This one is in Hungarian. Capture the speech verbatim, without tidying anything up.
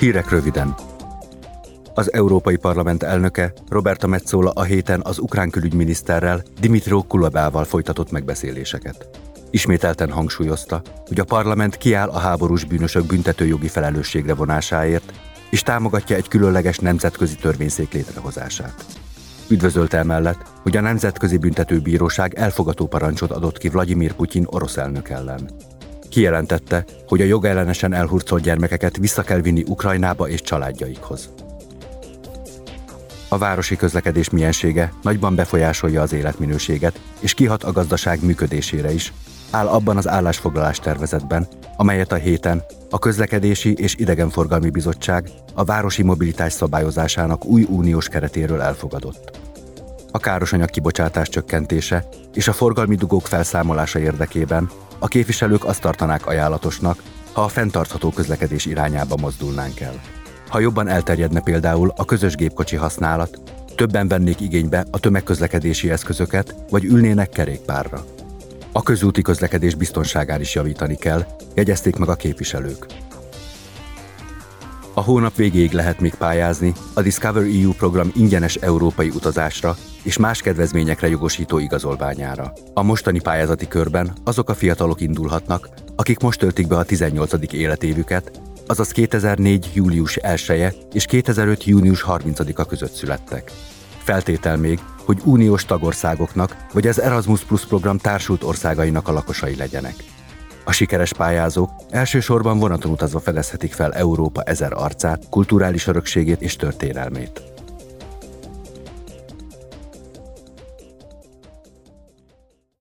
Hírek röviden. Az Európai Parlament elnöke, Roberta Metsola a héten az ukrán külügyminiszterrel, Dmytro Kulebával folytatott megbeszéléseket. Ismételten hangsúlyozta, hogy a parlament kiáll a háborús bűnösök büntetőjogi felelősségre vonásáért, és támogatja egy különleges nemzetközi törvényszék létrehozását. Üdvözölte emellett, hogy a Nemzetközi Büntetőbíróság elfogató parancsot adott ki Vladimir Putyin orosz elnök ellen. Kijelentette, hogy a jogellenesen elhurcolt gyermekeket vissza kell vinni Ukrajnába és családjaikhoz. A városi közlekedés miensége nagyban befolyásolja az életminőséget, és kihat a gazdaság működésére is, áll abban az állásfoglalás tervezetben, amelyet a héten a Közlekedési és Idegenforgalmi Bizottság a városi mobilitás szabályozásának új uniós keretéről elfogadott. A károsanyag kibocsátás csökkentése és a forgalmi dugók felszámolása érdekében a képviselők azt tartanák ajánlatosnak, ha a fenntartható közlekedés irányába mozdulnánk el. Ha jobban elterjedne például a közös gépkocsi használat, többen vennék igénybe a tömegközlekedési eszközöket, vagy ülnének kerékpárra. A közúti közlekedés biztonságán is javítani kell, jegyezték meg a képviselők. A hónap végéig lehet még pályázni a Discover é u program ingyenes európai utazásra és más kedvezményekre jogosító igazolványára. A mostani pályázati körben azok a fiatalok indulhatnak, akik most töltik be a tizennyolcadik életévüket, azaz kétezer-négy. július elseje és kétezer-öt. június harmincadika között születtek. Feltétel még, hogy uniós tagországoknak vagy az Erasmus Plus program társult országainak a lakosai legyenek. A sikeres pályázók elsősorban vonaton utazva fedezhetik fel Európa ezer arcát, kulturális örökségét és történelmét.